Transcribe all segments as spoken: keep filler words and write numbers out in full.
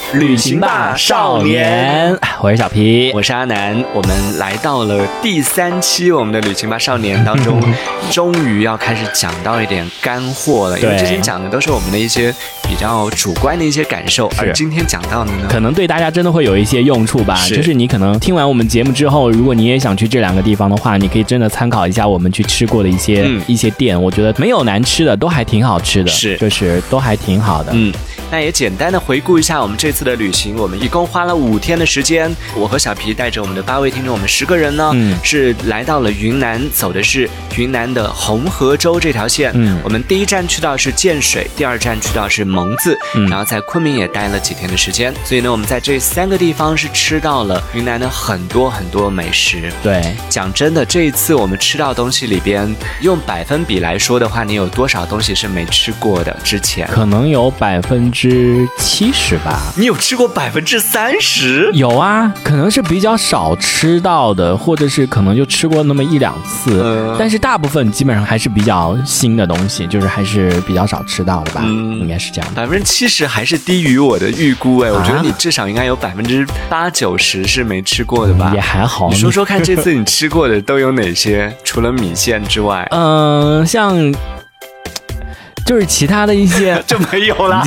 旅行吧少年， 我是小皮， 我是阿南，我们来到了第三期我们的旅行吧少年当中，终于要开始讲到一点干货了，因为之前讲的都是我们的一些比较主观的一些感受，而今天讲到的呢， 可能对大家真的会有一些用处吧。是就是你可能听完我们节目之后，如果你也想去这两个地方的话，你可以真的参考一下我们去吃过的一些、嗯、一些店，我觉得没有难吃的，都还挺好吃的， 是就是都还挺好的。 嗯，那也简单的回顾一下我们这次的旅行，我们一共花了五天的时间，我和小皮带着我们的八位听众，我们十个人呢、嗯、是来到了云南，走的是云南的红河州这条线。嗯，我们第一站去到是建水，第二站去到是蒙自、嗯、然后在昆明也待了几天的时间，所以呢我们在这三个地方是吃到了云南的很多很多美食。 对， 讲真的，这一次我们吃到东西里边，用百分比来说的话，你有多少东西是没吃过的？之前可能有百分之七十吧。 你有吃过百分之三十？ 有啊，可能是比较少吃到的，或者是可能就吃过那么一两次、嗯、但是大部分基本上还是比较新的东西，就是还是比较少吃到的吧、嗯、应该是这样。 百分之七十还是低于我的预估哎、啊，我觉得你至少应该有百分之八九十是没吃过的吧、 嗯、也还好。 你说说看，这次你吃过的都有哪些？除了米线之外， 嗯、呃，像。就是其他的一些就没有了。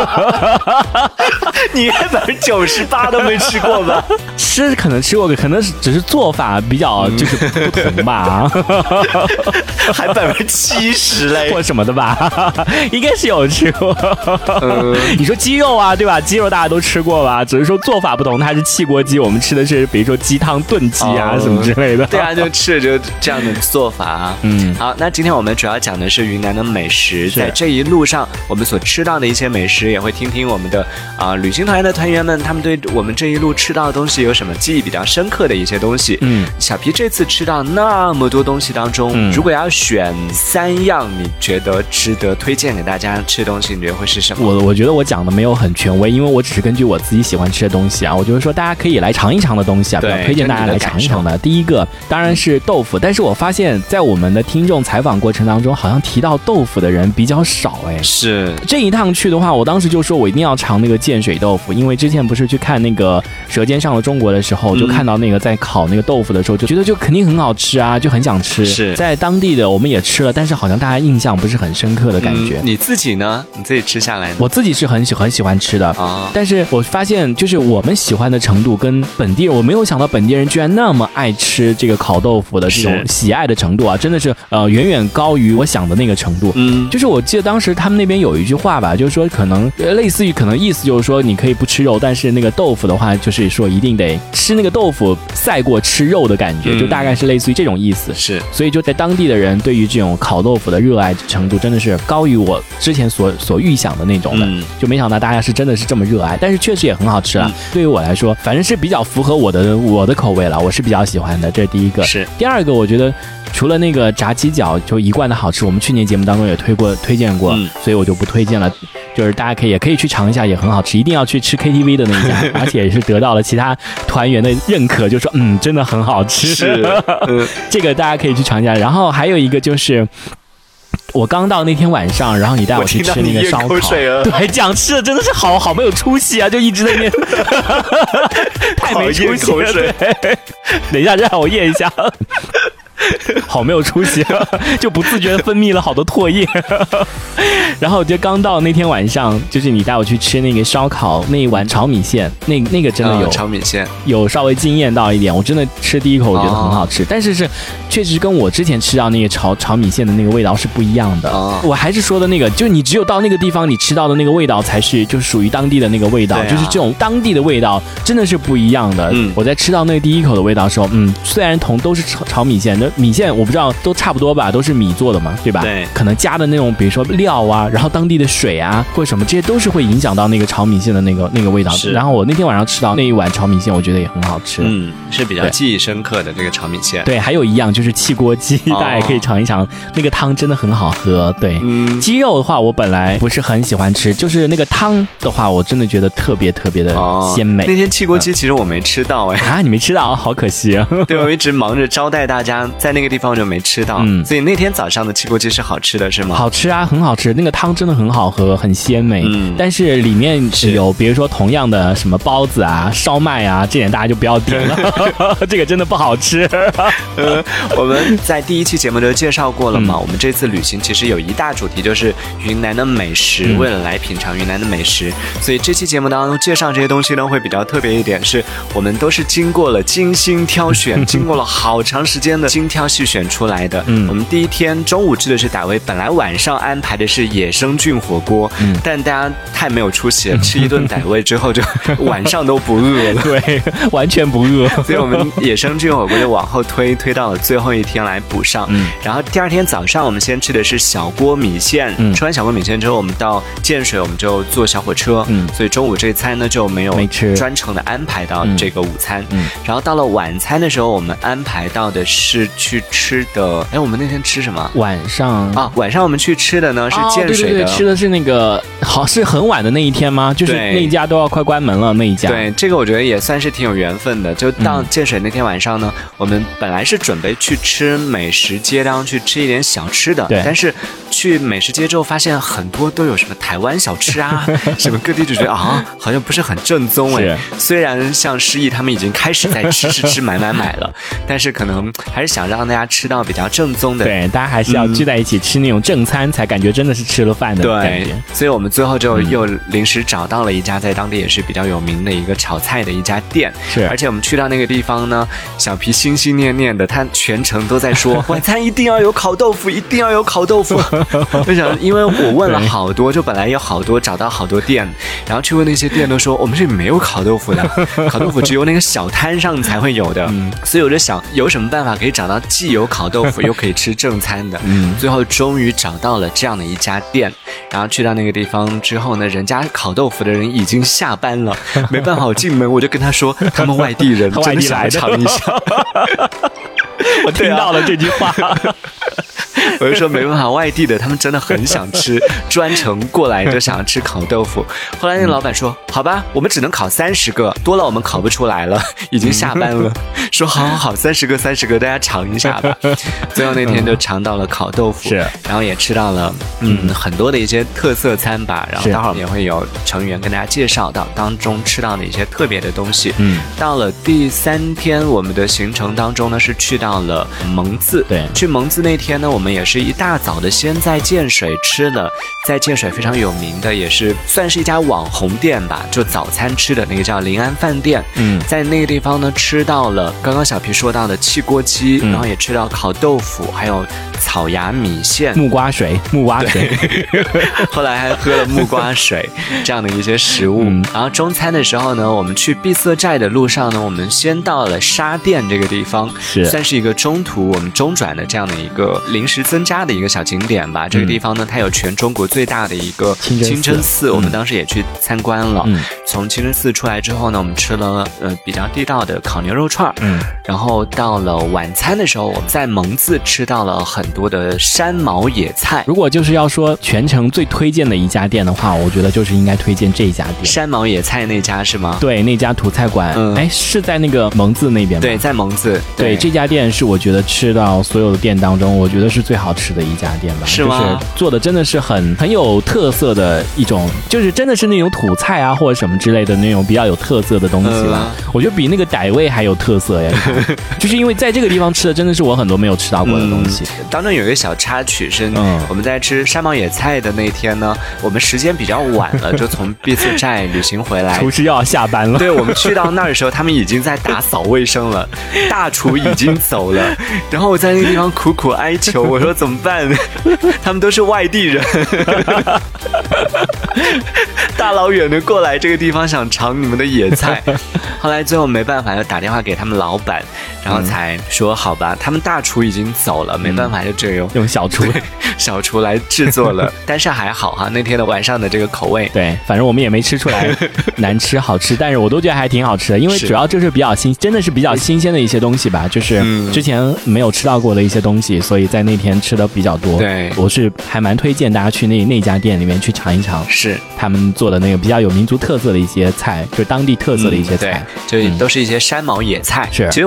你百分之九十八都没吃过吧？ 吃可能吃过，可能是只是做法比较就是不同吧。 还百分之七十嘞， 或什么的吧？应该是有吃过。嗯、你说鸡肉啊，对吧？鸡肉大家都吃过吧？只是说做法不同，它是汽锅鸡，我们吃的是比如说鸡汤炖鸡啊、嗯、什么之类的。 对啊，就吃的就这样的做法。嗯，好，那今天我们主要讲的是云南的美食，在这一路上我们所吃到的一些美食，也会听听我们的啊、呃、旅行团的团员们，他们对我们这一路吃到的东西有什么记忆比较深刻的一些东西。嗯，小皮这次吃到那么多东西当中、嗯、如果要选三样你觉得值得推荐给大家吃的东西，你觉得会是什么？ 我我觉得我讲的没有很权威，因为我只是根据我自己喜欢吃的东西啊，我就是说大家可以来尝一尝的东西啊，比较推荐大家来尝一尝的。第一个当然是豆腐，但是我发现在我们的听众采访过程当中，好像提到豆腐的人比较少哎。 是这一趟去的话，我当时就说我一定要尝那个建水豆腐，因为之前不是去看那个《舌尖上的中国》的时候，就看到那个在烤那个豆腐的时候，就觉得就肯定很好吃啊，就很想吃。 是在当地的我们也吃了，但是好像大家印象不是很深刻的感觉。 嗯、你自己呢？你自己吃下来呢？ 我自己是很喜很喜欢吃的啊、哦，但是我发现就是我们喜欢的程度跟本地人，我没有想到本地人居然那么爱吃这个烤豆腐的这种喜爱的程度啊，真的是呃远远高于我想的那个程度。嗯，就是我记得当时他们那边有一句话吧，就是说可能类似于可能意思就是说你可以不吃肉，但是那个豆腐的话就是说一定得吃那个豆腐赛过吃肉的感觉、嗯、就大概是类似于这种意思。 是， 所以就在当地的人对于这种烤豆腐的热爱程度真的是高于我之前所所预想的那种的、嗯、就没想到大家是真的是这么热爱，但是确实也很好吃了、嗯、对于我来说反正是比较符合我的我的口味了，我是比较喜欢的，这是第一个。 是， 第二个我觉得除了那个炸鸡脚就一贯的好吃，我们去年节目当中也推过推荐过、嗯、所以我就不推荐了，就是大家可以也可以去尝一下，也很好吃，一定要去吃 K T V 的那一家而且也是得到了其他团员的认可，就说嗯真的很好吃。 是、嗯、 这个大家可以去尝一下。然后还有一个就是我刚到那天晚上，然后你带我去吃那个烧烤，对，讲吃的真的是好好没有出息啊，就一直在那边太没出息了。对，等一下让我咽一下。好没有出息，就不自觉的分泌了好多唾液。然后我就刚到那天晚上，就是你带我去吃那个烧烤，那一碗炒米线，那那个真的有、 嗯、炒米线有稍微惊艳到一点，我真的吃第一口我觉得很好吃，哦、但是是确实跟我之前吃到那个炒炒米线的那个味道是不一样的。哦、我还是说的那个，就你只有到那个地方，你吃到的那个味道才是就是属于当地的那个味道、啊，就是这种当地的味道真的是不一样的。嗯，我在吃到那个第一口的味道的时候，嗯，虽然同都是炒炒米线，那米线我不知道都差不多吧，都是米做的嘛，对吧？ 对， 可能加的那种比如说料啊，然后当地的水啊或者什么，这些都是会影响到那个炒米线的那个那个味道。然后我那天晚上吃到那一碗炒米线，我觉得也很好吃， 嗯，是比较记忆深刻的这个炒米线。 对，还有一样就是汽锅鸡，哦、大家也可以尝一尝，那个汤真的很好喝。对，嗯，鸡肉的话我本来不是很喜欢吃，就是那个汤的话，我真的觉得特别特别的鲜美。哦、 那天汽锅鸡其实我没吃到哎、 欸，啊，你没吃到，好可惜啊！ 对，我一直忙着招待大家在那个地方就没吃到。嗯，所以那天早上的汽锅鸡是好吃的，是吗？ 好吃啊，很好吃，那个汤真的很好喝，很鲜美。嗯，但是里面有比如说同样的什么包子啊、烧麦啊，这点大家就不要点了，这个真的不好吃。 呃，我们在第一期节目就介绍过了嘛，嗯、我们这次旅行其实有一大主题就是云南的美食，嗯、为了来品尝云南的美食，所以这期节目当中介绍这些东西呢会比较特别一点，是我们都是经过了精心挑选，经过了好长时间的精挑细选出来的。嗯，我们第一天中午吃的是傣味，本来晚上安排的是野生菌火锅，嗯，但大家太没有出息了，吃一顿傣味之后就晚上都不饿了， 对，完全不饿， 所以我们野生菌火锅就往后推，推到了最后一天来补上。嗯，然后第二天早上我们先吃的是小锅米线，嗯，吃完小锅米线之后，我们到建水，我们就坐小火车，嗯，所以中午这一餐呢就没有专程的安排到这个午餐，嗯，然后到了晚餐的时候，我们安排到的是去吃的，哎，我们那天吃什么？ 晚上啊，晚上我们去吃的呢是建水的，哦、 对对对，吃的是那个，好是很晚的那一天吗？就是那一家都要快关门了那一家。 对，这个我觉得也算是挺有缘分的。就到建水那天晚上呢，嗯、我们本来是准备去吃美食街当中去吃一点小吃的， 对， 但是去美食街之后发现很多都有什么台湾小吃啊，什么各地就觉得啊，好像不是很正宗哎。虽然像诗意他们已经开始在吃吃吃买买买了，但是可能还是想让大家吃到比较正宗的。 对，大家还是要聚在一起吃那种正餐，嗯、才感觉真的是吃了饭的感觉。 对，所以我们最后就又临时找到了一家在当地也是比较有名的一个炒菜的一家店。 是， 而且我们去到那个地方呢，小皮心心念念的，他全程都在说晚餐一定要有烤豆腐，一定要有烤豆腐。我想，因为我问了好多，就本来有好多找到好多店，然后去问那些店都说我们这里没有烤豆腐的，烤豆腐只有那个小摊上才会有的。嗯，所以我就想有什么办法可以找到既有烤豆腐又可以吃正餐的。嗯，最后终于找到了这样的一家店，然后去到那个地方之后呢，人家烤豆腐的人已经下班了，没办法，我进门我就跟他说他们外地人， 外地来的， 尝一下。 我听到了这句话。 我就说没办法，外地的他们真的很想吃，专程过来就想要吃烤豆腐。后来那老板说好吧，我们只能烤三十个，多了我们烤不出来了，已经下班了。说好好好，三十个三十个，大家尝一下吧。最后那天就尝到了烤豆腐， 是， 然后也吃到了嗯很多的一些特色餐吧。然后待会儿也会有成员跟大家介绍到当中吃到的一些特别的东西。嗯，到了第三天，我们的行程当中呢是去到了蒙自。 对， 去蒙自那天呢，我们也是一大早的先在建水吃了，在建水非常有名的，也是算是一家网红店吧，就早餐吃的那个叫临安饭店。嗯，在那个地方呢吃到了刚刚小皮说到的汽锅鸡，嗯、然后也吃到烤豆腐，还有草芽米线、 木瓜水、木瓜水， 后来还喝了木瓜水这样的一些食物。嗯、然后中餐的时候呢，我们去碧色寨的路上呢，我们先到了沙店这个地方， 是算是一个中途我们中转的这样的一个临时增加的一个小景点吧。这个地方呢，它有全中国最大的一个清真寺，我们当时也去参观了。嗯、从清真寺出来之后呢，我们吃了呃比较地道的烤牛肉串。嗯，然后到了晚餐的时候，我们在蒙自吃到了很多的山毛野菜。 如果就是要说全程最推荐的一家店的话，我觉得就是应该推荐这家店， 山毛野菜那家是吗？ 对，那家土菜馆，嗯，哎，是在那个蒙自那边吗？ 对，在蒙自。 对，这家店是我觉得吃到所有的店当中，我觉得是最好吃的一家店吧。 是吗？ 就是做的真的是很很有特色的一种，就是真的是那种土菜啊或者什么之类的那种比较有特色的东西吧。嗯、我觉得比那个傣味还有特色呀。就是因为在这个地方吃的真的是我很多没有吃到过的东西。 嗯、当中有一个小插曲是，嗯、我们在吃山毛野菜的那天呢，我们时间比较晚了，就从碧色寨旅行回来， 厨师又要下班了。 对，我们去到那儿的时候，他们已经在打扫卫生了，大厨已经走了，然后我在那个地方苦苦哀求，我说怎么办？他们都是外地人，大老远的过来这个地方想尝你们的野菜。后来最后没办法，就打电话给他们老板，然后才说好吧，他们大厨已经走了，没办法，就只有用小厨小厨来制作了。但是还好哈，那天的晚上的这个口味， 对，反正我们也没吃出来难吃好吃，但是我都觉得还挺好吃的，因为主要就是比较新，真的是比较新鲜的一些东西吧，就是之前没有吃到过的一些东西，所以在那天吃的比较多。 对， 我是还蛮推荐大家去那那家店里面去尝一尝， 是他们做的那个比较有民族特色的一些菜，就当地特色的一些菜， 嗯、对，就都是一些山毛野菜。 是， 其实我们在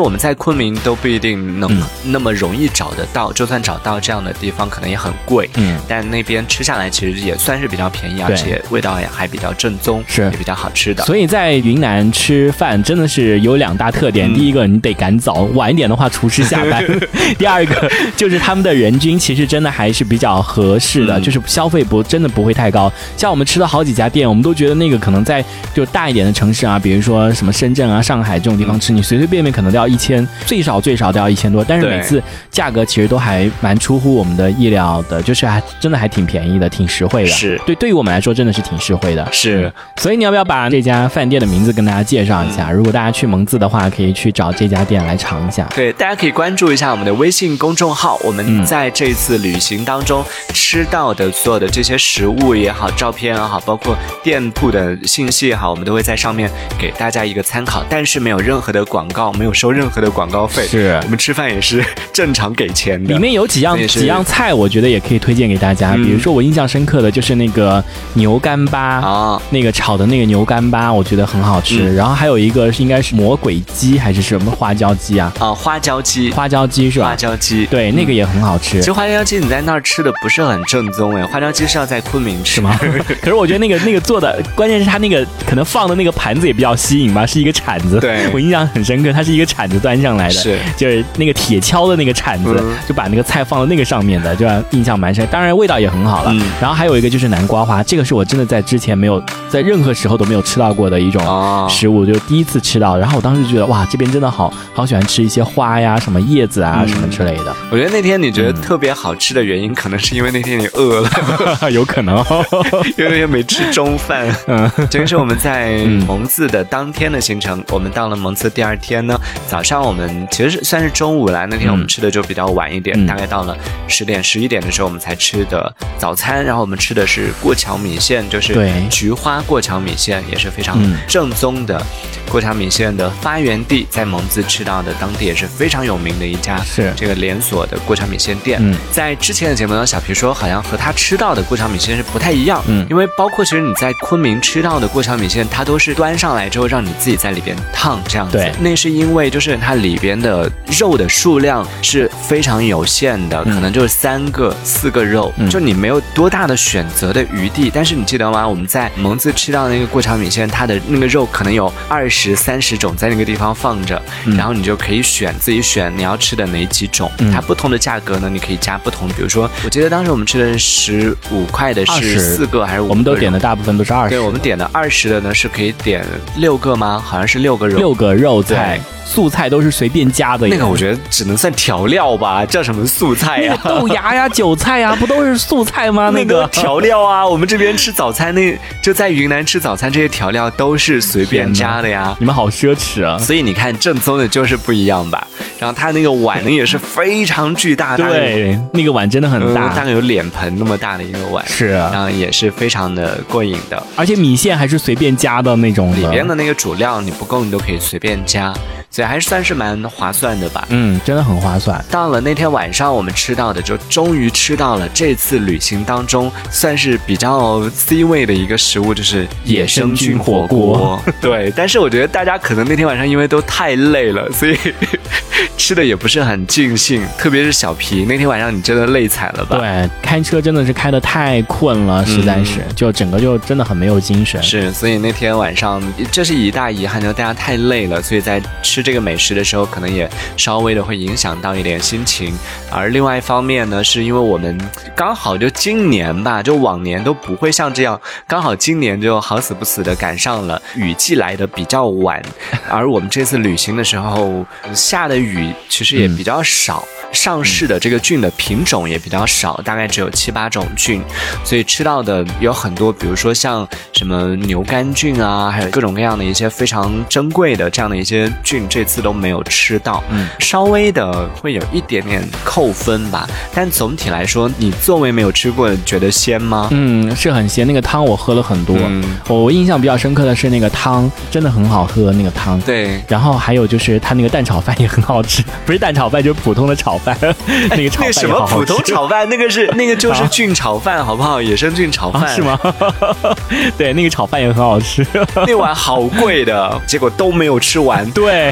昆明都不一定能那么容易找得到，嗯、就算找到这样的地方，可能也很贵。嗯，但那边吃下来其实也算是比较便宜，而且味道也还比较正宗，是也比较好吃的。 所以在云南吃饭真的是有两大特点，嗯、第一个你得赶早，晚一点的话厨师下班；第二个就是他们的人均其实真的还是比较合适的，嗯、就是消费不真的不会太高。像我们吃了好几家店，我们都觉得那个可能在就大一点的城市啊，比如说什么深圳啊、上海这种地方吃，嗯、你随随便便可能都要一千，最少最少都要一千多，但是每次价格其实都还蛮出乎我们的意料的，就是还真的还挺便宜的，挺实惠的。 是对，对于我们来说真的是挺实惠的。 是， 所以你要不要把这家饭店的名字跟大家介绍一下？嗯、如果大家去蒙自的话，可以去找这家店来尝一下。 对，大家可以关注一下我们的微信公众号，我们在这次旅行当中吃到的所有的这些食物也好，照片也好，包括店铺的信息也好，我们都会在上面给大家一个参考，但是没有任何的广告，没有收任何的广告费。 是， 我们吃饭也是正常给钱的。 里面有几样几样菜，我觉得也可以推荐给大家。嗯、比如说我印象深刻的就是那个牛干巴啊，那个炒的那个牛干巴，我觉得很好吃。嗯、然后还有一个应该是魔鬼鸡还是什么花椒鸡啊？ 啊，花椒鸡， 花椒鸡是吧？ 花椒鸡， 对，那个也很好吃。 其实花椒鸡你在那儿吃的不是很正宗哎，花椒鸡是要在昆明吃吗？可是我觉得那个那个做的，关键是它那个可能放的那个盘子也比较吸引吧，是一个铲子。 对， 我印象很深刻，它是一个铲子端上来的， 是就是那个铁锹的那个铲子，嗯、就把那个菜放到那个上面的，就印象蛮深。当然味道也很好了。嗯、然后还有一个就是南瓜花，这个是我真的在之前没有在任何时候都没有吃到过的一种食物，哦、就第一次吃到。然后我当时就觉得哇，这边真的好好喜欢吃一些花呀、什么叶子啊、嗯、什么之类的。 我觉得那天你觉得特别好吃的原因，嗯、可能是因为那天你饿了， 有可能， 因为那天没吃中饭。嗯，这个是我们在蒙自的当天的行程。嗯、我们到了蒙自第二天呢，早上我们其实是算是中午来，那天我们吃的就比较晚一点，嗯、大概到了十点、十一点的时候我们才吃的早餐。然后我们吃的是过桥米线，就是菊花过桥米线，也是非常正宗的过桥米线的发源地，在蒙自吃到的，当地也是非常有名的一家是这个连锁的过桥米线店。嗯、在之前的节目呢，小皮说好像和他吃到的过桥米线是不太一样，嗯，因为包括其实你在昆明吃到的过桥米线，它都是端上来之后让你自己在里边烫这样子。对，那是因为就是它里边的肉的数量是非常有限的，嗯、可能就是三个、四个肉，嗯、就你没有多大的选择的余地。但是你记得吗？我们在蒙自吃到那个过桥米线，它的那个肉可能有二十三十种在那个地方放着，嗯、然后你就可以选自己选你要吃的哪几种。嗯、它不同的价格呢，你可以加不同。比如说，我记得当时我们吃的是十五块的是四个还是五个？ 我们都点的大部分都是二十。 对，我们点的二十的呢是可以点六个吗？好像是六个肉， 六个肉菜。素菜都是随便加的， 那个我觉得只能算调料吧，叫什么素菜呀、啊？ 豆芽呀、韭菜呀，不都是素菜吗？ 那个调料啊，我们这边吃早餐，那就在云南吃早餐，这些调料都是随便加的呀。 你们好奢侈啊！ 所以你看，正宗的就是不一样吧。然后它那个碗呢也是非常巨大， 对，那个碗真的很大、 嗯，大概有脸盆那么大的一个碗， 是啊， 然后也是非常的过瘾的。 而且米线还是随便加的那种的， 里边的那个主料你不够你都可以随便加。所以还是算是蛮划算的吧。 嗯，真的很划算。 到了那天晚上我们吃到的，就终于吃到了这次旅行当中算是比较 C 位的一个食物，就是野生菌火锅。对，但是我觉得大家可能那天晚上因为都太累了，所以吃的也不是很尽兴，特别是小皮，那天晚上你真的累惨了吧？ 对，开车真的是开得太困了，实在是、嗯、就整个就真的很没有精神。 是，所以那天晚上这是一大遗憾，就大家太累了，所以在吃这个美食的时候可能也稍微的会影响到一点心情。而另外一方面呢，是因为我们刚好就今年吧，就往年都不会像这样，刚好今年就好死不死的赶上了雨季来的比较晚，而我们这次旅行的时候下的雨其实也比较少、嗯、上市的这个菌的品种也比较少，大概只有七八种菌，所以吃到的有很多，比如说像什么牛肝菌啊，还有各种各样的一些非常珍贵的这样的一些菌，这次都没有吃到，嗯，稍微的会有一点点扣分吧，但总体来说，你作为没有吃过，觉得鲜吗？ 嗯，是很鲜，那个汤我喝了很多，嗯、我印象比较深刻的是那个汤真的很好喝，那个汤， 对， 然后还有就是它那个蛋炒饭也很好吃，不是蛋炒饭就是普通的炒饭，那个炒饭也好好吃。那什么普通炒饭，那个是那个就是菌炒饭，好不好？野生菌炒饭、啊、 是吗？对，那个炒饭也很好吃， 那碗好贵的，结果都没有吃完。 对，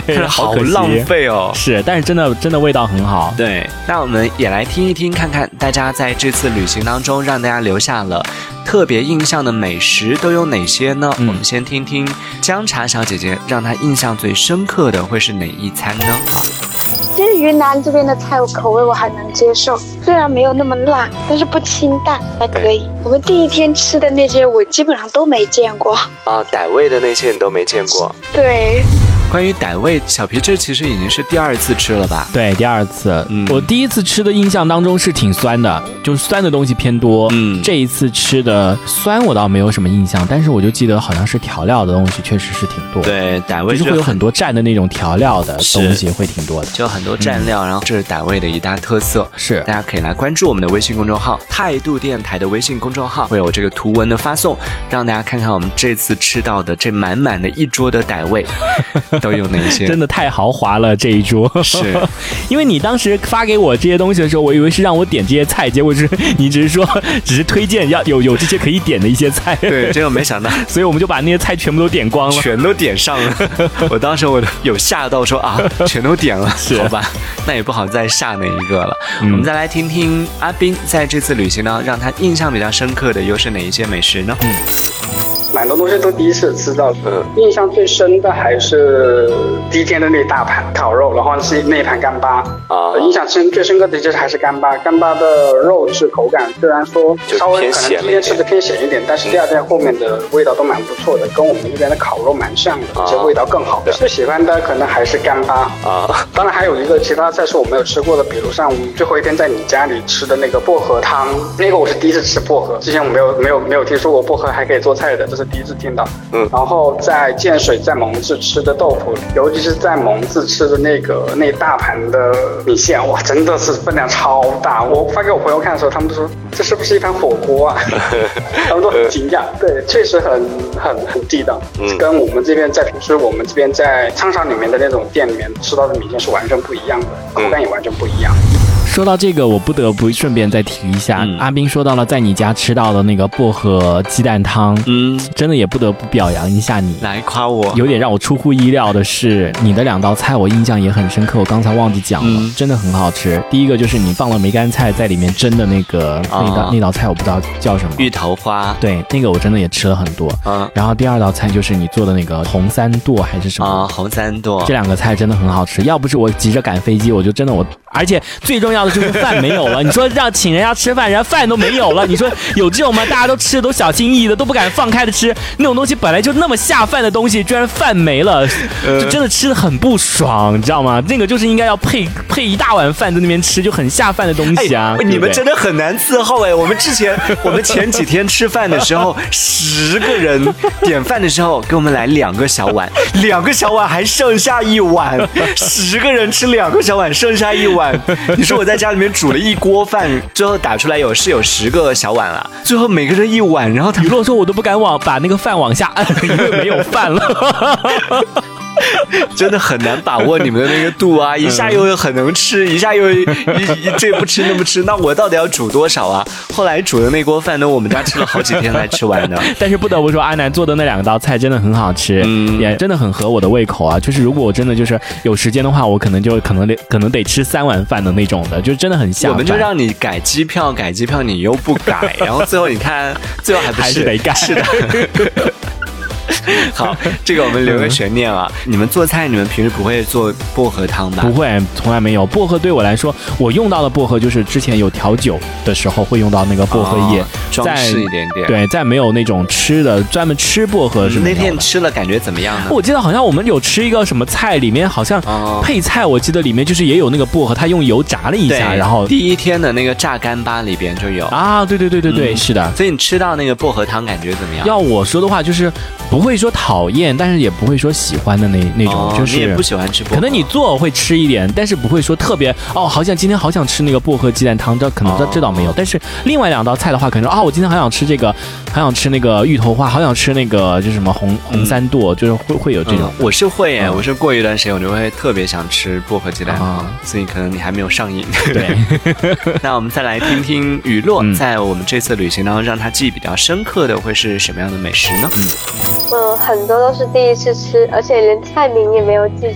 对， 好浪费哦。 是，但是真的真的味道很好。 对，那我们也来听一听，看看大家在这次旅行当中让大家留下了特别印象的美食都有哪些呢？嗯、我们先听听姜茶小姐姐让她印象最深刻的会是哪一餐呢？好， 其实云南这边的菜口味我还能接受，虽然没有那么辣，但是不清淡还可以。我们第一天吃的那些我基本上都没见过啊，傣味的那些你都没见过？ 对。 关于傣味，小皮这其实已经是第二次吃了吧？ 对，第二次。嗯，我第一次吃的印象当中是挺酸的，就是酸的东西偏多。嗯，这一次吃的酸我倒没有什么印象，但是我就记得好像是调料的东西确实是挺多。 对，傣味就是会有很多蘸的那种调料的东西会挺多的， 就很多蘸料，嗯、然后这是傣味的一大特色。 是， 大家可以来关注我们的微信公众号“态度电台”的微信公众号，会有这个图文的发送，让大家看看我们这次吃到的这满满的一桌的傣味都有哪些。 真的太豪华了这一桌， 是因为你当时发给我这些东西的时候，我以为是让我点这些菜，结果是你只是说只是推荐要有有这些可以点的一些菜， 对，结果没想到， 所以我们就把那些菜全部都点光了， 全都点上了。我当时我有吓到说啊，全都点了，是好吧，那也不好再下哪一个了。嗯、我们再来听听阿斌在这次旅行呢，让他印象比较深刻的又是哪一些美食呢？嗯。 蛮多东西都第一次吃到，嗯，印象最深的还是第一天的那大盘烤肉，然后是那一盘干巴啊。印象深最深刻的就是还是干巴，干巴的肉质口感虽然说稍微可能第一天吃的偏咸一点，但是第二天后面的味道都蛮不错的，跟我们那边的烤肉蛮像的，而且味道更好。最喜欢的可能还是干巴啊，当然还有一个其他菜是我没有吃过的，比如像我们最后一天在你家里吃的那个薄荷汤，那个我是第一次吃薄荷，之前我没有没有没有听说过薄荷还可以做菜的，这是第一次听到。嗯，然后在建水在蒙自吃的豆腐，尤其是在蒙自吃的那个那大盘的米线，哇，真的是分量超大。我发给我朋友看的时候，他们都说这是不是一盘火锅啊？他们都很惊讶。对，确实很很很地道，嗯，跟我们这边在平时我们这边在商场里面的那种店里面吃到的米线是完全不一样的，口感也完全不一样。 说到这个，我不得不顺便再提一下，嗯、阿斌说到了在你家吃到的那个薄荷鸡蛋汤，嗯，真的也不得不表扬一下你， 来夸我。有点让我出乎意料的是，你的两道菜我印象也很深刻，我刚才忘记讲了，嗯、真的很好吃。第一个就是你放了梅干菜在里面蒸的那个、啊、那道那道菜，我不知道叫什么， 芋头花， 对，那个我真的也吃了很多。嗯，然后第二道菜就是你做的那个红三剁还是什么啊？红三剁， 这两个菜真的很好吃。要不是我急着赶飞机，我就真的我，而且最重要的就是饭没有了。你说让请人家吃饭，人家饭都没有了。你说有这种吗？大家都吃的都小心翼翼的，都不敢放开的吃那种东西，本来就那么下饭的东西，居然饭没了，就真的吃的很不爽，你知道吗？那个就是应该要配配一大碗饭在那边吃，就很下饭的东西啊。 哎、你们真的很难伺候哎。我们之前我们前几天吃饭的时候，十个人点饭的时候给我们来两个小碗，两个小碗还剩下一碗，十个人吃两个小碗剩下一碗。你说我在家里面煮了一锅饭，最后打出来有是有十个小碗了，最后每个人一碗，然后他雨落说我都不敢往把那个饭往下按，因为没有饭了。 真的很难把握你们的那个度啊！一下又很能吃，一下又一一这不吃那不吃，那我到底要煮多少啊？后来煮的那锅饭呢，我们家吃了好几天才吃完的。 但是不得不说，阿南做的那两道菜真的很好吃，嗯，也真的很合我的胃口啊。就是如果我真的就是有时间的话，我可能就可能得可能得吃三碗饭的那种的，就真的很下饭。 我们就让你改机票，改机票你又不改，然后最后你看，最后还不是还是得改， 是的。好，这个我们留个悬念啊！你们做菜，你们平时不会做薄荷汤吧？ 不会，从来没有。薄荷对我来说，我用到的薄荷就是之前有调酒的时候会用到那个薄荷叶， 哦、装饰一点点。 对，再没有那种吃的专门吃薄荷是没有的。 那天吃了感觉怎么样呢？ 我记得好像我们有吃一个什么菜，里面好像配菜，我记得里面就是也有那个薄荷，它用油炸了一下，然后第一天的那个炸干巴里边就有啊，对对对对对，嗯、是的。 所以你吃到那个薄荷汤感觉怎么样？ 要我说的话，就是不会说讨厌，但是也不会说喜欢的那那种， 哦、 就是你也不喜欢吃薄荷， 可能你做会吃一点，但是不会说特别哦，好像今天好想吃那个薄荷鸡蛋汤，这可能这这倒没有。哦、但是另外两道菜的话，可能啊、哦，我今天好想吃这个，好想吃那个芋头花，好想吃那个就是什么红红三剁，嗯、就是会会有这种。嗯、 我是会耶，嗯、我是过一段时间我就会特别想吃薄荷鸡蛋汤，哦、所以可能你还没有上瘾。 对， 那我们再来听听雨落，嗯、在我们这次旅行当中让他记忆比较深刻的会是什么样的美食呢？ 嗯。嗯，很多都是第一次吃，而且连菜名也没有记住。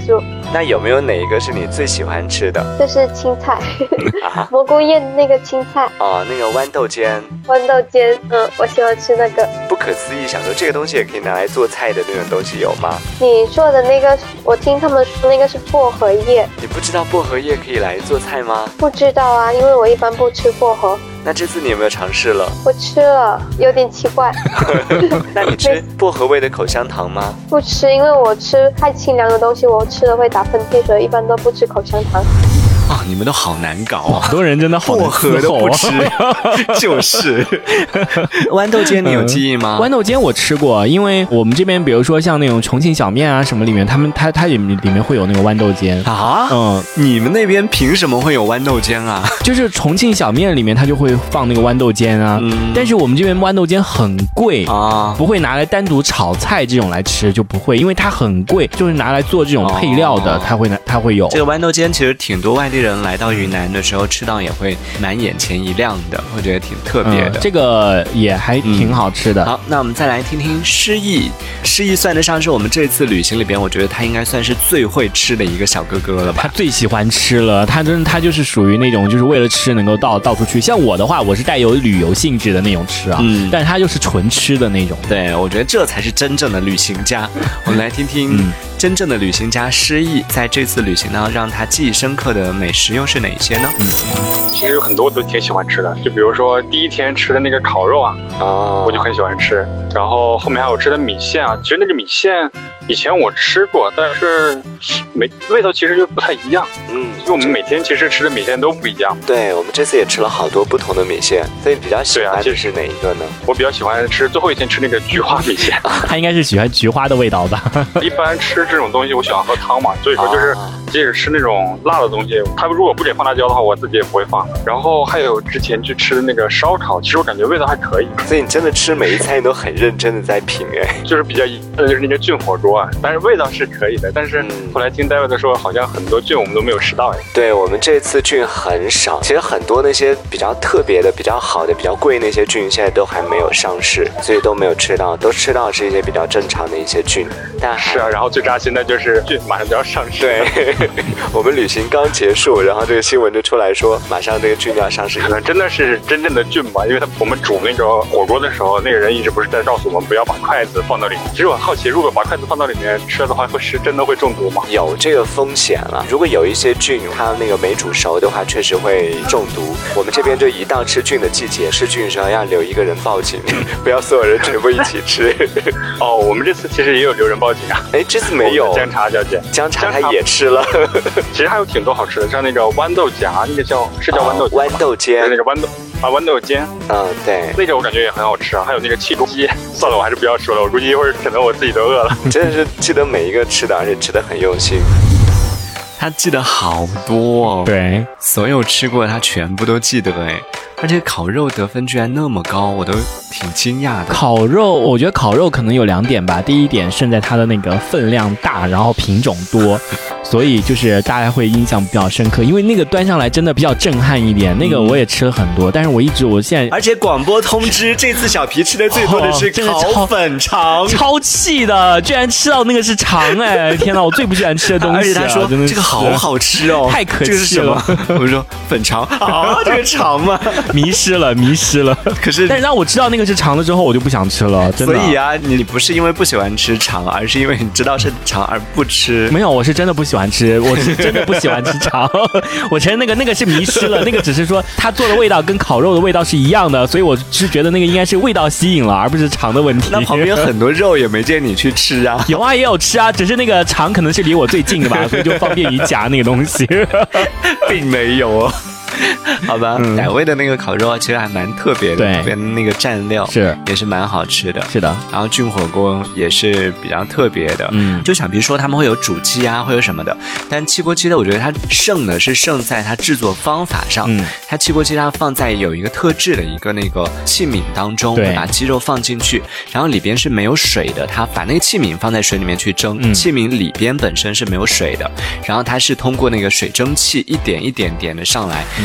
那有没有哪一个是你最喜欢吃的？ 就是青菜， 啊、 蘑菇叶那个青菜。 哦，那个豌豆尖。 豌豆尖，嗯，我喜欢吃那个。 不可思议，想说这个东西也可以拿来做菜的那种东西有吗？ 你说的那个，我听他们说那个是薄荷叶。 你不知道薄荷叶可以来做菜吗？ 不知道啊，因为我一般不吃薄荷。 那这次你有没有尝试了？ 我吃了，有点奇怪。 那你吃薄荷味的口香糖吗？ 不吃，因为我吃太清凉的东西，我吃了会打喷嚏，所以一般都不吃口香糖。 啊、哦，你们都好难搞啊！ 很多人真的好薄荷都不吃，就是豌豆尖，你有记忆吗？ 豌豆尖我吃过，因为我们这边比如说像那种重庆小面啊什么里面，他们它它里里面会有那个豌豆尖啊。嗯，你们那边凭什么会有豌豆尖啊？ 就是重庆小面里面它就会放那个豌豆尖啊。嗯，但是我们这边豌豆尖很贵啊，不会拿来单独炒菜这种来吃，就不会，因为它很贵，就是拿来做这种配料的，哦、它会它会有。 这个豌豆尖其实挺多外地人来到云南的时候吃到也会蛮眼前一亮的，会觉得挺特别的、 嗯。这个也还挺好吃的。 嗯、好，那我们再来听听诗意。诗意算得上是我们这次旅行里边，我觉得他应该算是最会吃的一个小哥哥了吧？ 他最喜欢吃了，他真他就是属于那种就是为了吃能够到到处去。像我的话，我是带有旅游性质的那种吃啊，嗯，但是他就是纯吃的那种。 对，我觉得这才是真正的旅行家。我们来听听。嗯真正的旅行家诗意在这次旅行呢，让他记忆深刻的美食又是哪些呢？ 嗯，其实有很多我都挺喜欢吃的，就比如说第一天吃的那个烤肉啊，啊，我就很喜欢吃。然后后面还有吃的米线啊，其实那个米线以前我吃过，但是没味道其实就不太一样。嗯，因为我们每天其实吃的米线都不一样。 对，我们这次也吃了好多不同的米线，所以比较喜欢的是哪一个呢？ 我比较喜欢吃最后一天吃那个菊花米线， 他应该是喜欢菊花的味道吧？ 一般吃这种东西，我喜欢喝汤嘛，所以说就是即使吃那种辣的东西，它如果不给放辣椒的话，我自己也不会放。然后还有之前去吃的那个烧烤，其实我感觉味道还可以。 所以你真的吃每一餐你都很认真的在品哎， 就是比较遗憾的就是那个菌火锅啊，但是味道是可以的。但是后来听 David 说，好像很多菌我们都没有吃到哎。 对，我们这次菌很少，其实很多那些比较特别的、比较好的、比较贵那些菌，现在都还没有上市，所以都没有吃到，都吃到是一些比较正常的一些菌。但是啊，然后最扎心的就是菌马上就要上市。 对，我们旅行刚结束，然后这个新闻就出来说，马上这个菌就要上市。 可能真的是真正的菌吧，因为他我们煮那个火锅的时候，那个人一直不是在告诉我们不要把筷子放到里面。其实我好奇，如果把筷子放到里面吃了的话，会是真的会中毒吗？ 有这个风险了。如果有一些菌它那个没煮熟的话，确实会中毒。我们这边就一到吃菌的季节，吃菌的时候要留一个人报警，不要所有人全部一起吃。 哦，我们这次其实也有留人报警啊。 哎，这次没有。 姜茶小姐， 姜茶她也吃了。 其实还有挺多好吃的，像那个豌豆荚，那个叫是叫豌豆豌豆尖， 那个豌豆啊豌豆尖， 嗯对， 那个我感觉也很好吃啊。还有那个气功鸡，算了，我还是不要说了，我估计一会儿可能我自己都饿了。 真的是记得每一个吃的，而且吃的很用心。他记得好多哦， 对， 所有吃过的他全部都记得哎。而且烤肉得分居然那么高，我都挺惊讶的。 烤肉，我觉得烤肉可能有两点吧。第一点胜在它的那个分量大，然后品种多，所以就是大家会印象比较深刻。因为那个端上来真的比较震撼一点，那个我也吃了很多，但是我一直我现在， 而且广播通知，这次小皮吃的最多的是烤粉肠， 哦、超气的，居然吃到那个是肠哎！天哪，我最不喜欢吃的东西、啊。 而且他说这个好好吃哦， 太可气了。这个是什么？我说粉肠啊，这个肠吗？ 迷失了，迷失了。 可是， 但是当我知道那个是肠了之后，我就不想吃了。真的。 所以啊，你不是因为不喜欢吃肠，而是因为你知道是肠而不吃。 没有，我是真的不喜欢吃，我是真的不喜欢吃肠。我承认那个那个是迷失了，那个只是说他做的味道跟烤肉的味道是一样的，所以我是觉得那个应该是味道吸引了，而不是肠的问题。 那旁边很多肉也没见你去吃啊？ 有啊，也有吃啊，只是那个肠可能是离我最近的吧，所以就方便于夹那个东西， 并没有哦。好吧，傣、嗯、味的那个烤肉其实还蛮特别的， 对， 跟那个蘸料是也是蛮好吃的， 是的。 然后菌火锅也是比较特别的， 嗯， 就想比如说他们会有煮鸡啊，会有什么的，但汽锅鸡的我觉得它胜的是胜在它制作方法上， 嗯， 它汽锅鸡它放在有一个特制的一个那个器皿当中， 对， 把鸡肉放进去，然后里边是没有水的，它把那个器皿放在水里面去蒸，嗯、器皿里边本身是没有水的，然后它是通过那个水蒸气一点一点点的上来，嗯、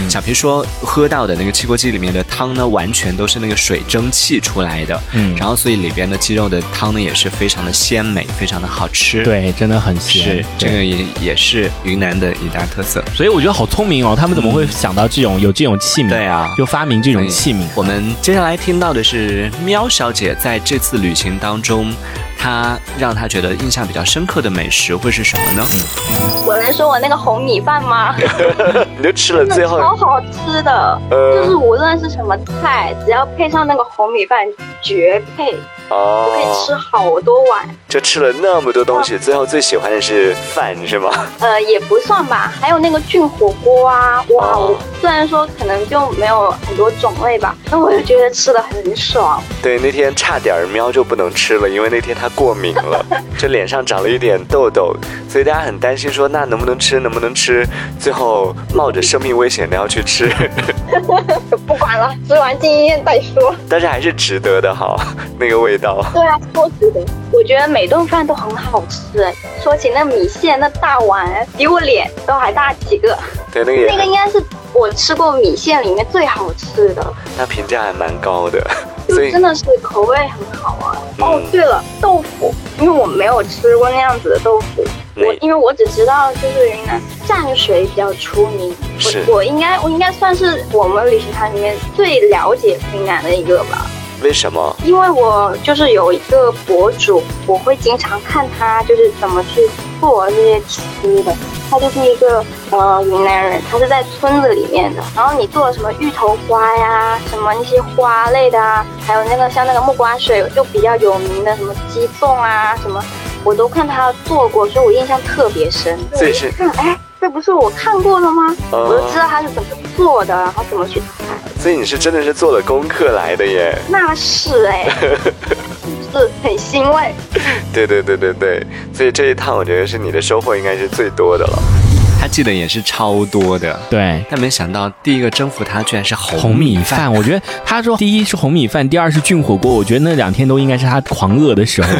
嗯、小皮说喝到的那个汽锅鸡里面的汤呢，完全都是那个水蒸气出来的，嗯，然后所以里边的鸡肉的汤呢也是非常的鲜美，非常的好吃。 对，真的很鲜。 是，这个也也是云南的一大特色。 所以我觉得好聪明哦，他们怎么会想到这种、嗯、有这种器皿？ 对啊， 就发明这种器皿。 我们接下来听到的是喵小姐在这次旅行当中，她让她觉得印象比较深刻的美食会是什么呢？ 嗯、我能说我那个红米饭吗？ 你就吃了最后超好吃的，呃、就是无论是什么菜，只要配上那个红米饭，绝配。哦，我可以吃好多碗， 就吃了那么多东西，最后最喜欢的是饭是吗？ 呃，也不算吧，还有那个菌火锅啊，哇，哦、虽然说可能就没有很多种类吧，但我就觉得吃的很爽。 对，那天差点喵就不能吃了，因为那天他过敏了，就脸上长了一点痘痘，所以大家很担心说那能不能吃，能不能吃？最后冒着生命危险的要去吃。 不管了，吃完进医院再说。 但是还是值得的哈，那个味道。 对啊，超值得。我觉得每顿饭都很好吃。说起那米线，那大碗比我脸都还大几个。 对，那个那个应该是我吃过米线里面最好吃的。 那评价还蛮高的， 所以真的是口味很好啊。嗯、哦，对了，豆腐，因为我没有吃过那样子的豆腐。我因为我只知道就是云南蘸水比较出名，我我应该我应该算是我们旅行团里面最了解云南的一个吧。 为什么？ 因为我就是有一个博主，我会经常看他就是怎么去做这些吃的。他就是一个呃云南人，他是在村子里面的。然后你做什么芋头花呀，什么那些花类的啊，还有那个像那个木瓜水就比较有名的什么鸡枞啊什么，我都看他做过，所以我印象特别深。 这也是看哎，这不是我看过的吗？嗯、我就知道他是怎么做的，然后怎么去采。 所以你是真的是做了功课来的耶。 那是哎、欸，是很欣慰。 对对对对对，所以这一趟我觉得是你的收获应该是最多的了。他记得也是超多的， 对， 但没想到第一个征服他居然是红红米饭。我觉得他说第一是红米饭，第二是菌火锅，我觉得那两天都应该是他狂饿的时候。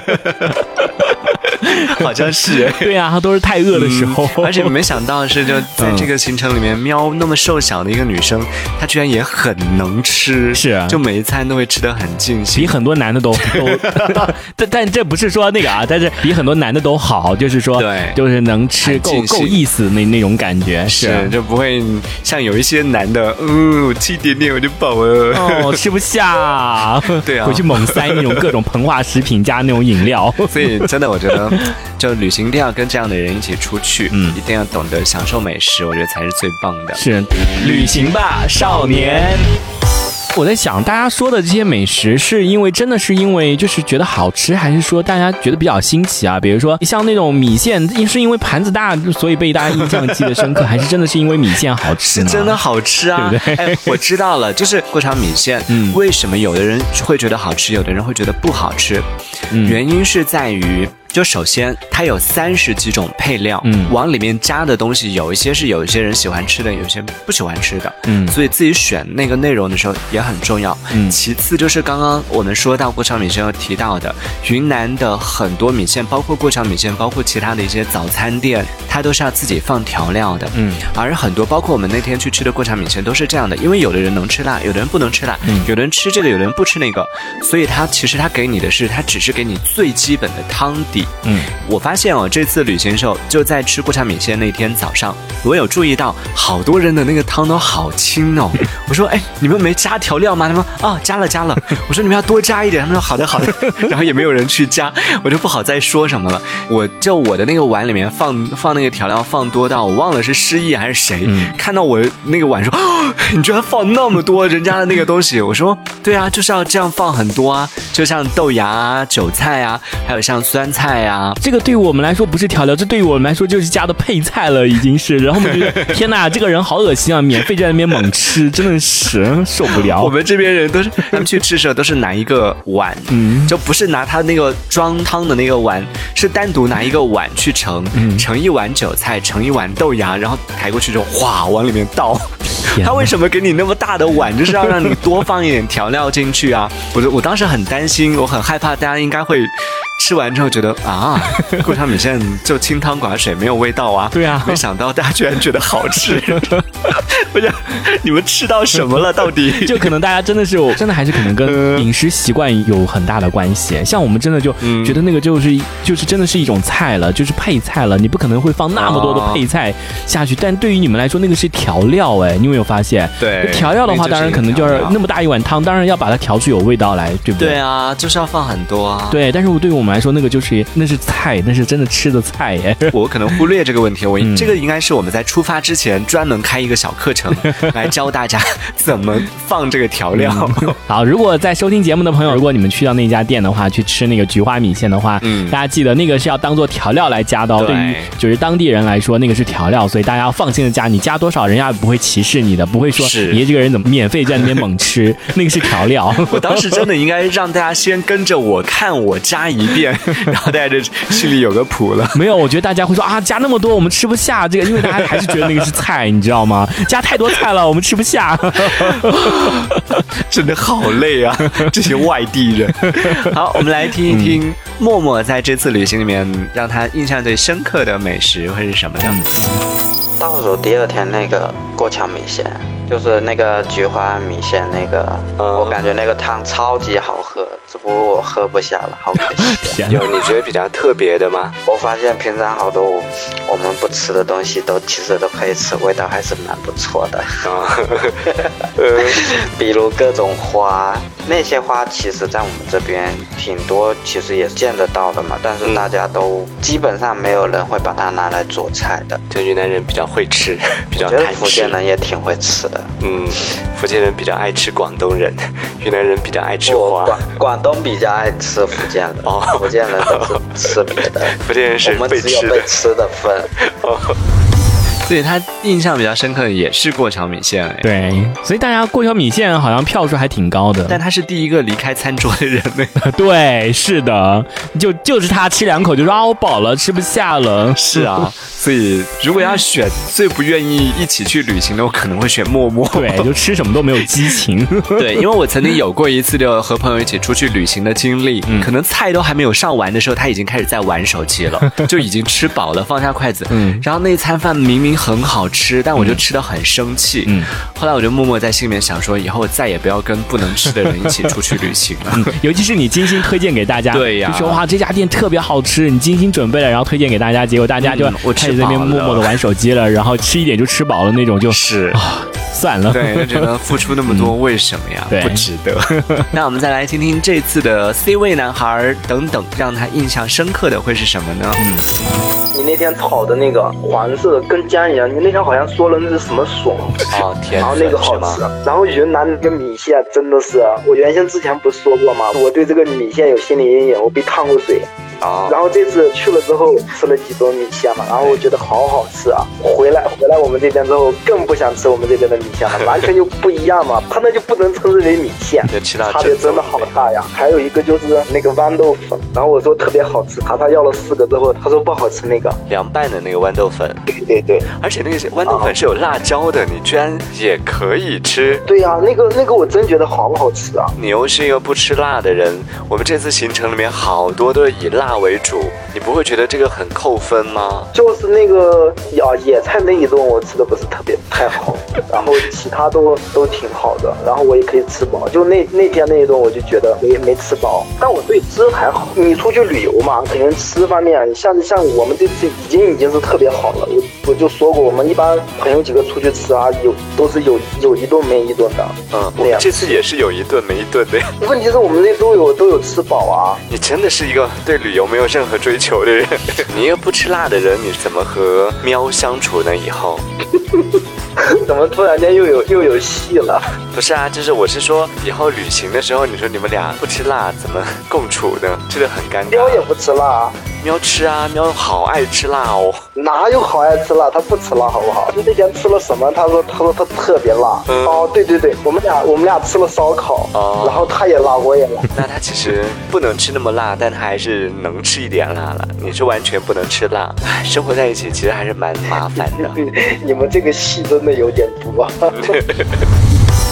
好像是对啊，他都是太饿的时候、 嗯、而且没想到是就在这个行程里面、嗯、喵那么瘦小的一个女生，她居然也很能吃， 是啊， 就每一餐都会吃得很尽兴， 比很多男的都都但但这不是说那个啊，但是比很多男的都好，就是说对，就是能吃够够意思那那种感觉， 是、啊、就不会像有一些男的，嗯，我吃一点点我就饱了， 哦，吃不下， 对啊， 回去猛塞那种各种膨化食品加那种饮料， 所以真的我觉得。就旅行一定要跟这样的人一起出去，嗯，一定要懂得享受美食，我觉得才是最棒的。 是，旅行吧，少年。我在想，大家说的这些美食，是因为真的是因为就是觉得好吃，还是说大家觉得比较新奇啊？比如说像那种米线，是因为盘子大，所以被大家印象记得深刻，还是真的是因为米线好吃呢？ 是真的好吃啊，对不对？哎，我知道了，就是过场米线，嗯，为什么有的人会觉得好吃，有的人会觉得不好吃？嗯，原因是在于。就首先，它有三十几种配料，嗯，往里面加的东西有一些是有一些人喜欢吃的，有些不喜欢吃的，嗯，所以自己选那个内容的时候也很重要。嗯，其次就是刚刚我们说到过场米线有提到的，云南的很多米线，包括过场米线，包括其他的一些早餐店，它都是要自己放调料的，嗯，而很多包括我们那天去吃的过场米线都是这样的，因为有的人能吃辣，有的人不能吃辣，嗯，有的人吃这个，有的人不吃那个，所以它其实它给你的是，它只是给你最基本的汤底。嗯，我发现哦，这次旅行的时候，就在吃过场米线那天早上，我有注意到好多人的那个汤都好清哦。我说，哎，你们没加调料吗？他们说，哦，加了加了。我说你们要多加一点。他们说好的好的。然后也没有人去加，我就不好再说什么了。我就我的那个碗里面放放那个调料放多到我忘了是诗意还是谁，嗯、看到我那个碗说，哦，你居然放那么多人家的那个东西。我说，对啊，就是要这样放很多啊，就像豆芽啊、韭菜啊，还有像酸菜啊。 这个对于我们来说不是调料，这对于我们来说就是加的配菜了，已经是。然后我们觉得天哪，这个人好恶心啊！免费在那边猛吃，真的是受不了。 我们这边人都是，他们去吃的时候都是拿一个碗，嗯，就不是拿他那个装汤的那个碗，是单独拿一个碗去盛，嗯、盛一碗韭菜，盛一碗豆芽，然后抬过去之后，哗，往里面倒。他为什么给你那么大的碗，就是要让你多放一点调料进去啊？我我当时很担心，我很害怕大家应该会吃完之后觉得啊，过桥米线就清汤寡水，没有味道啊。 对啊， 没想到大家居然觉得好吃。我想你们吃到什么了？到底就可能大家真的是，真的还是可能跟饮食习惯有很大的关系。像我们真的就觉得那个就是就是真的是一种菜了，就是配菜了，你不可能会放那么多的配菜下去。但对于你们来说，那个是调料哎，你有没有发现？ 对， 调料的话，当然可能就是那么大一碗汤，当然要把它调出有味道来，对不对？ 对啊，就是要放很多啊。 对，但是对于我们来说，那个就是那是菜，那是真的吃的菜哎。 我可能忽略这个问题，我、嗯、这个应该是我们在出发之前专门开一个小课程来教大家怎么放这个调料。 嗯、好，如果在收听节目的朋友，如果你们去到那家店的话，去吃那个菊花米线的话，嗯，大家记得那个是要当做调料来加的哦。对于就是当地人来说，那个是调料，所以大家要放心的加，你加多少，人家不会歧视你的，不会说你这个人怎么免费在那边猛吃，那个是调料。 我当时真的应该让大家先跟着我看我加一遍，然后大家就心里有个谱了。 没有，我觉得大家会说啊，加那么多我们吃不下这个，因为大家还是觉得那个是菜，你知道吗？加太多菜了，我们吃不下。 真的好累啊，这些外地人。好，我们来听一听、嗯、默默在这次旅行里面让他印象最深刻的美食会是什么呢？ 倒数第二天那个过桥米线，就是那个菊花米线那个、嗯、我感觉那个汤超级好喝，只不过我喝不下了，好可惜。 有你觉得比较特别的吗？ 我发现平常好多我们不吃的东西都其实都可以吃，味道还是蛮不错的。比如各种花，那些花其实在我们这边挺多，其实也见得到的嘛，但是大家都、嗯、基本上没有人会把它拿来做菜的。 就云南人比较会吃，比较贪吃。福建人也挺会吃的。 嗯，福建人比较爱吃广东人，云南人比较爱吃花。 广广东比较爱吃福建人，哦，福建人都是吃别的。 福建人是被吃的， 我们只有被吃的份。 哦，所以他印象比较深刻的也是过桥米线哎。 对，所以大家过桥米线好像票数还挺高的， 但他是第一个离开餐桌的人呢。 对，是的，就就是他吃两口就说啊，我饱了，吃不下了。 是啊，所以如果要选最不愿意一起去旅行的，我可能会选默默。 对，就吃什么都没有激情。 对，因为我曾经有过一次就和朋友一起出去旅行的经历，嗯、可能菜都还没有上完的时候，他已经开始在玩手机了，就已经吃饱了，放下筷子。嗯，然后那餐饭明明很好吃，但我就吃得很生气。嗯，后来我就默默在心里面想说，以后再也不要跟不能吃的人一起出去旅行了。 嗯、尤其是你精心推荐给大家， 对呀、啊， 就说哇这家店特别好吃，你精心准备了，然后推荐给大家，结果大家就开始在那边默默的玩手机了，然后吃一点就吃饱了那种就， 就是啊，算了。 对，就觉得付出那么多、嗯、为什么呀？不值得。那我们再来听听这次的 C 位男孩等等，让他印象深刻的会是什么呢？嗯。 你那天炒的那个黄色的跟姜一样，你那天好像说了那是什么笋哦，甜， 然后那个好吃。然后云南那个米线真的是，我原先之前不是说过吗？我对这个米线有心理阴影，我被烫过水。 哦、 然后这次去了之后吃了几顿米线嘛，然后我觉得好好吃啊。回来回来我们这边之后更不想吃我们这边的米线了，完全就不一样嘛。它那就不能称之为米线，差别真的好大呀。还有一个就是那个豌豆粉，然后我说特别好吃，他他要了四个之后，他说不好吃那个凉拌的那个豌豆粉。 对对对， 而且那个豌豆粉是有辣椒的，你居然也可以吃。 对呀、啊，那个那个我真觉得好好吃啊。 你又是一个不吃辣的人，我们这次行程里面好多都是以辣为主，你不会觉得这个很扣分吗？ 就是那个呀，野菜那一顿我吃的不是特别太好，然后其他都都挺好的，然后我也可以吃饱。就那那天那一顿我就觉得没没吃饱，但我对吃还好。你出去旅游嘛，肯定吃方面，像像我们这次已经已经是特别好了。我我就说过，我们一般朋友几个出去吃啊，有都是有有一顿没一顿的。 嗯，我们这次也是有一顿没一顿的。 问题是我们这都有都有吃饱啊。 你真的是一个对旅游没有任何追求的人。你一个不吃辣的人，你怎么和喵相处呢？以后怎么突然间又有又有戏了？ 不是啊，就是我是说，以后旅行的时候，你说你们俩不吃辣，怎么共处呢？这个很尴尬。 喵也不吃辣， 喵吃啊，喵好爱吃辣哦。 哪有好爱吃辣？他不吃辣好不好？那天吃了什么？他说他说他特别辣。嗯、哦，对对对，我们俩我们俩吃了烧烤，哦、然后他也辣，我也辣。 那他其实不能吃那么辣，但他还是能吃一点辣了。你是完全不能吃辣，唉，生活在一起其实还是蛮麻烦的。 你们这个戏真的有点多。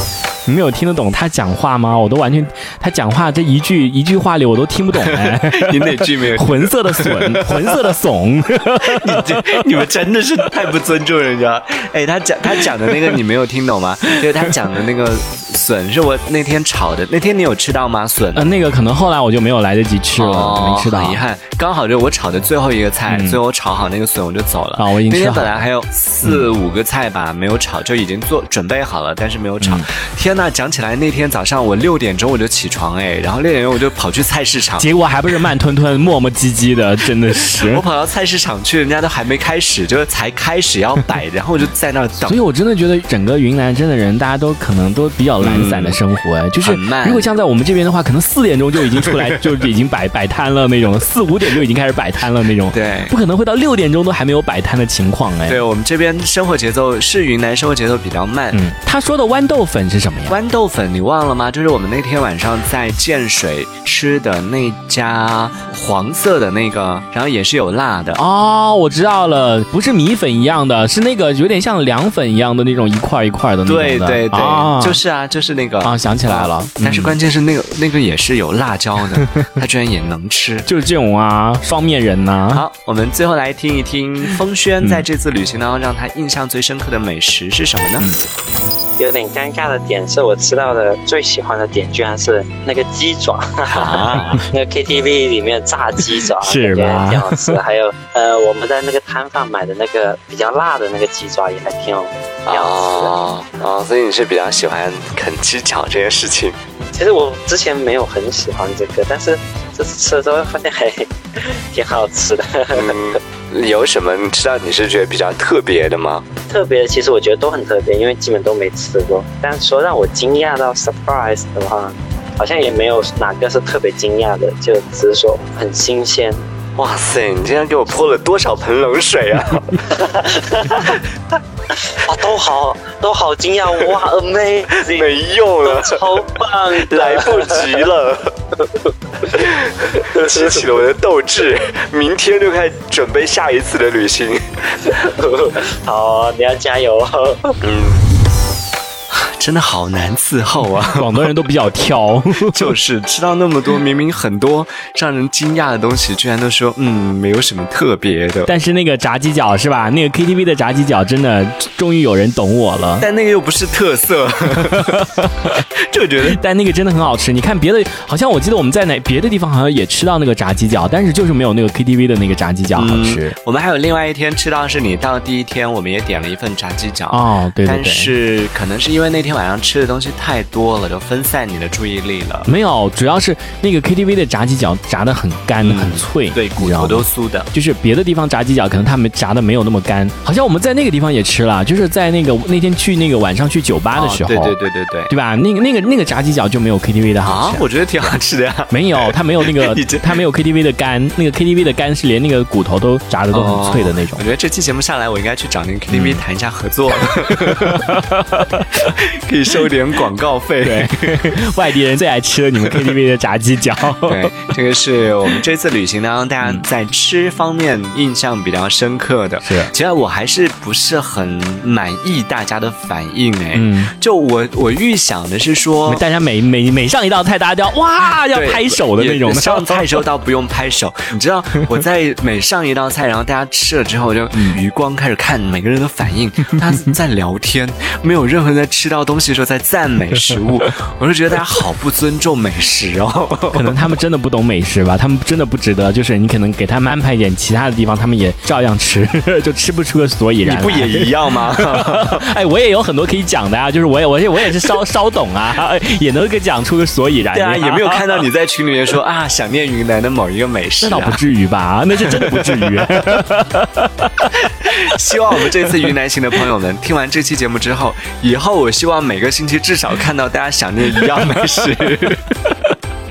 你们有听得懂他讲话吗？我都完全，他讲话这一句一句话里我都听不懂哎。 你哪句没有？ 浑色的笋，浑色的怂。 你这你们真的是太不尊重人家。哎，他讲他讲的那个你没有听懂吗？就是他讲的那个笋是我那天炒的，那天你有吃到吗？笋？ 呃，那个可能后来我就没有来得及吃了，哦、没吃到， 很遗憾。刚好就我炒的最后一个菜，嗯、最后炒好那个笋我就走了。 啊、哦，我已经吃好了。 那天本来还有四、嗯、五个菜吧没有炒，就已经做准备好了，但是没有炒。嗯、天哪，讲起来那天早上我六点钟我就起床哎，然后六点钟我就跑去菜市场， 结果还不是慢吞吞、磨磨唧唧的，真的是。 我跑到菜市场去，人家都还没开始，就才开始要摆，然后我就在那儿等。 所以我真的觉得整个云南真的人，大家都可能都比较懒散的生活哎、嗯，就是如果像在我们这边的话，可能四点钟就已经出来，就已经摆摆摊了那种，四五点就已经开始摆摊了那种。 对， 不可能会到六点钟都还没有摆摊的情况哎。 对，我们这边生活节奏是云南生活节奏比较慢。 嗯，他说的豌豆粉是什么呀？ 豌豆粉你忘了吗？就是我们那天晚上在建水吃的那家黄色的那个，然后也是有辣的。 哦，我知道了，不是米粉一样的，是那个有点像凉粉一样的那种一块一块的那种的。 对对对、 啊， 就是啊，就是那个啊，想起来了。 但是关键是那个那个也是有辣椒的，他居然也能吃， 就是这种啊，双面人呐、啊。 好，我们最后来听一听风轩在这次旅行当中让他印象最深刻的美食是什么呢？嗯， 有点尴尬的点是我吃到的最喜欢的点居然是那个鸡爪，啊、那个 K T V 里面炸鸡爪是吧？ 挺好吃。还有呃，我们在那个摊贩买的那个比较辣的那个鸡爪也还挺好挺好吃的。 哦哦，所以你是比较喜欢啃鸡脚这件事情。 其实我之前没有很喜欢这个，但是这次吃了之后发现还挺好吃的。 嗯，有什么你知道你是觉得比较特别的吗？ 特别的其实我觉得都很特别，因为基本都没吃过。但是说让我惊讶到 surprise 的话，好像也没有哪个是特别惊讶的，就只是说很新鲜。 哇塞，你今天给我泼了多少盆冷水啊！ 啊，都好，都好惊讶！哇 ，amazing， 没用了， 超棒的， 来不及了，激起了我的斗志，明天就开始准备下一次的旅行。 好，你要加油。 嗯。真的好难伺候啊！ 广东人都比较挑， 就是吃到那么多明明很多让人惊讶的东西，居然都说嗯没有什么特别的。 但是那个炸鸡脚是吧？那个 K T V 的炸鸡脚真的终于有人懂我了。 但那个又不是特色，就觉得。 但那个真的很好吃。你看别的，好像我记得我们在哪别的地方好像也吃到那个炸鸡脚，但是就是没有那个 K T V 的那个炸鸡脚好吃。 嗯、我们还有另外一天吃到是你到第一天，我们也点了一份炸鸡脚。 哦，对对对。 但是可能是因为那天晚上吃的东西太多了，就分散你的注意力了。 没有，主要是那个 K T V 的炸鸡脚炸得很干、嗯、很脆， 对，骨头都酥的。 就是别的地方炸鸡脚可能他们炸的没有那么干，好像我们在那个地方也吃了，就是在那个那天去那个晚上去酒吧的时候，哦、 对对对对对， 对吧？那个那个那个炸鸡脚就没有 K T V 的好吃， 啊、我觉得挺好吃的呀。 没有，它没有那个，它没有 K T V 的干，那个 K T V 的干是连那个骨头都炸的都很脆的那种。 哦、我觉得这期节目下来，我应该去找那个 K T V 谈一下合作，嗯、可以收点广告费。 对，外地人最爱吃的你们 K T V 的炸鸡脚。 对，这个是我们这次旅行当中大家在吃方面印象比较深刻的。 是， 其实我还是不是很满意大家的反应哎。嗯，就我我预想的是说， 大家每每每上一道菜，大家都要哇要拍手的那种。 上菜的时候倒不用拍手，你知道我在每上一道菜，然后大家吃了之后，我就余光开始看每个人的反应，大家在聊天，没有任何人在吃到东西的时候在赞美食物。我就觉得大家好不尊重美食哦， 可能他们真的不懂美食吧，他们真的不值得，就是你可能给他们安排一点其他的地方，他们也照样吃，就吃不出个所以然。 你不也一样吗？ 哎，我也有很多可以讲的啊，就是我也我也我也是稍稍懂啊，也能给讲出个所以然。 对啊，也没有看到你在群里面说啊想念云南的某一个美食、啊， 那倒不至于吧？那是真的不至于。 希望我们这次云南行的朋友们听完这期节目之后，以后我希望每个星期至少看到大家想念一样美食。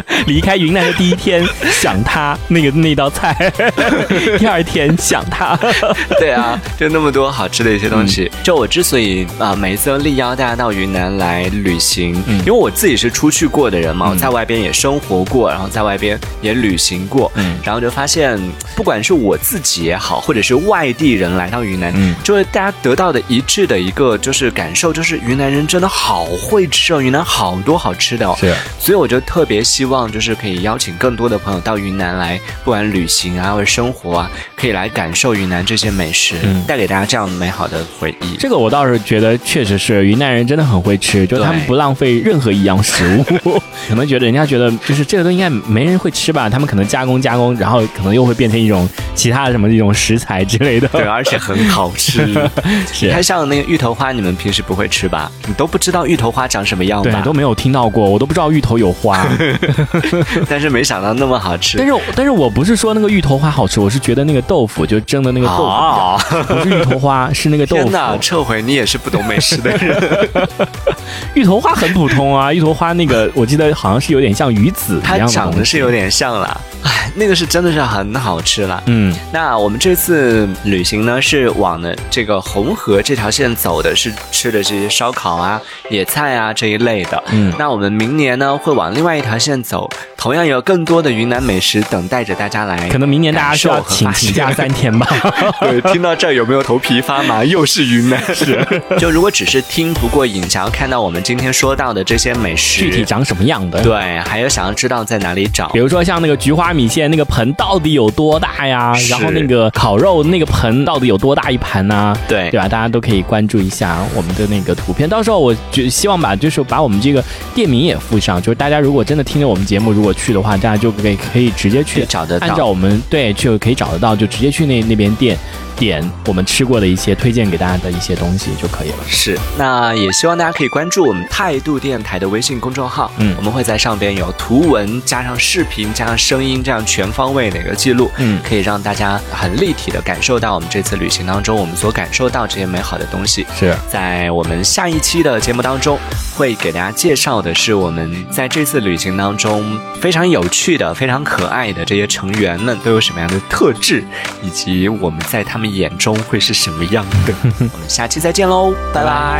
离开云南的第一天想他那个那道菜，第二天想他。 对啊，就那么多好吃的一些东西。嗯、就我之所以啊、呃、每一次都力邀大家到云南来旅行，嗯、因为我自己是出去过的人嘛，嗯、我在外边也生活过，然后在外边也旅行过，嗯，然后就发现不管是我自己也好，或者是外地人来到云南，嗯，就是大家得到的一致的一个就是感受，就是云南人真的好会吃哦，云南好多好吃的哦， 是， 所以我就特别希望就是可以邀请更多的朋友到云南来，不管旅行啊或者生活啊，可以来感受云南这些美食，嗯、带给大家这样美好的回忆。 这个我倒是觉得确实是云南人真的很会吃，就他们不浪费任何一样食物。可能觉得人家觉得就是这个都应该没人会吃吧，他们可能加工加工，然后可能又会变成一种其他的什么一种食材之类的。 对，而且很好吃。是，你看像那个芋头花，你们平时不会吃吧？你都不知道芋头花长什么样吧？ 对，都没有听到过，我都不知道芋头有花。 但是没想到那么好吃。 但是但是我不是说那个芋头花好吃，我是觉得那个豆腐就蒸的那个豆腐，哦、不是芋头花，是那个豆腐。 天哪，撤回你也是不懂美食的人。 芋头花很普通啊，芋头花那个我记得好像是有点像鱼子一样的， 它长得是有点像啦。哎，那个是真的是很好吃啦。 嗯， 那我们这次旅行呢是往的这个红河这条线走的，是吃的这些烧烤啊、野菜啊这一类的。嗯，那我们明年呢会往另外一条线走，同样有更多的云南美食等待着大家来。 可能明年大家需要请请假三天吧。 对，听到这儿有没有头皮发麻？又是云南。是。就如果只是听不过瘾，想要看到我们今天说到的这些美食具体长什么样的， 对，还有想要知道在哪里找， 比如说像那个菊花米线那个盆到底有多大呀？然后那个烤肉那个盆到底有多大一盘呢、啊？ 对， 对吧？大家都可以关注一下我们的那个图片，到时候我就希望把就是把我们这个店名也附上，就是大家如果真的听着我们节目，如果去的话，大家就可以可以直接去找得到， 按照我们对就可以找得到，就直接去那那边店。点我们吃过的一些推荐给大家的一些东西就可以了。 是，那也希望大家可以关注我们态度电台的微信公众号，嗯，我们会在上边有图文加上视频加上声音这样全方位的一个记录，嗯，可以让大家很立体的感受到我们这次旅行当中我们所感受到这些美好的东西。 是在我们下一期的节目当中会给大家介绍的是我们在这次旅行当中非常有趣的非常可爱的这些成员们都有什么样的特质，以及我们在他们眼中会是什么样的。我们下期再见喽，拜拜。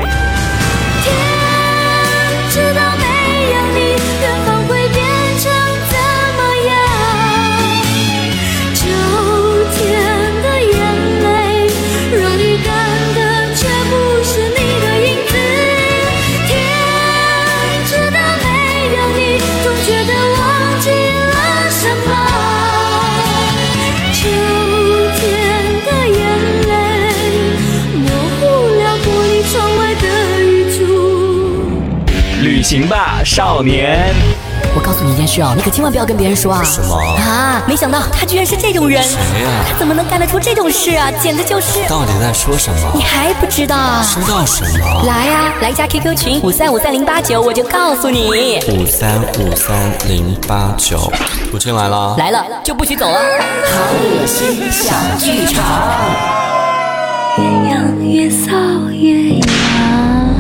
天知道没有你，远方会变成怎么样？秋天的眼泪，让你干的却不是你的影子。天知道没有你，总觉得忘记了什么。旅行吧，少年！ 我告诉你一件事哦，你可千万不要跟别人说啊！ 什么啊？没想到他居然是这种人！ 谁呀、啊？ 他怎么能干得出这种事啊？简直就是…… 到底在说什么？ 你还不知道啊？ 知道什么？ 来呀、啊，来加 Q Q 群五三五三零八九，我就告诉你。 五三五三零八九，我进来了。 来了就不许走啊！好恶心小剧场， 越养越骚越痒。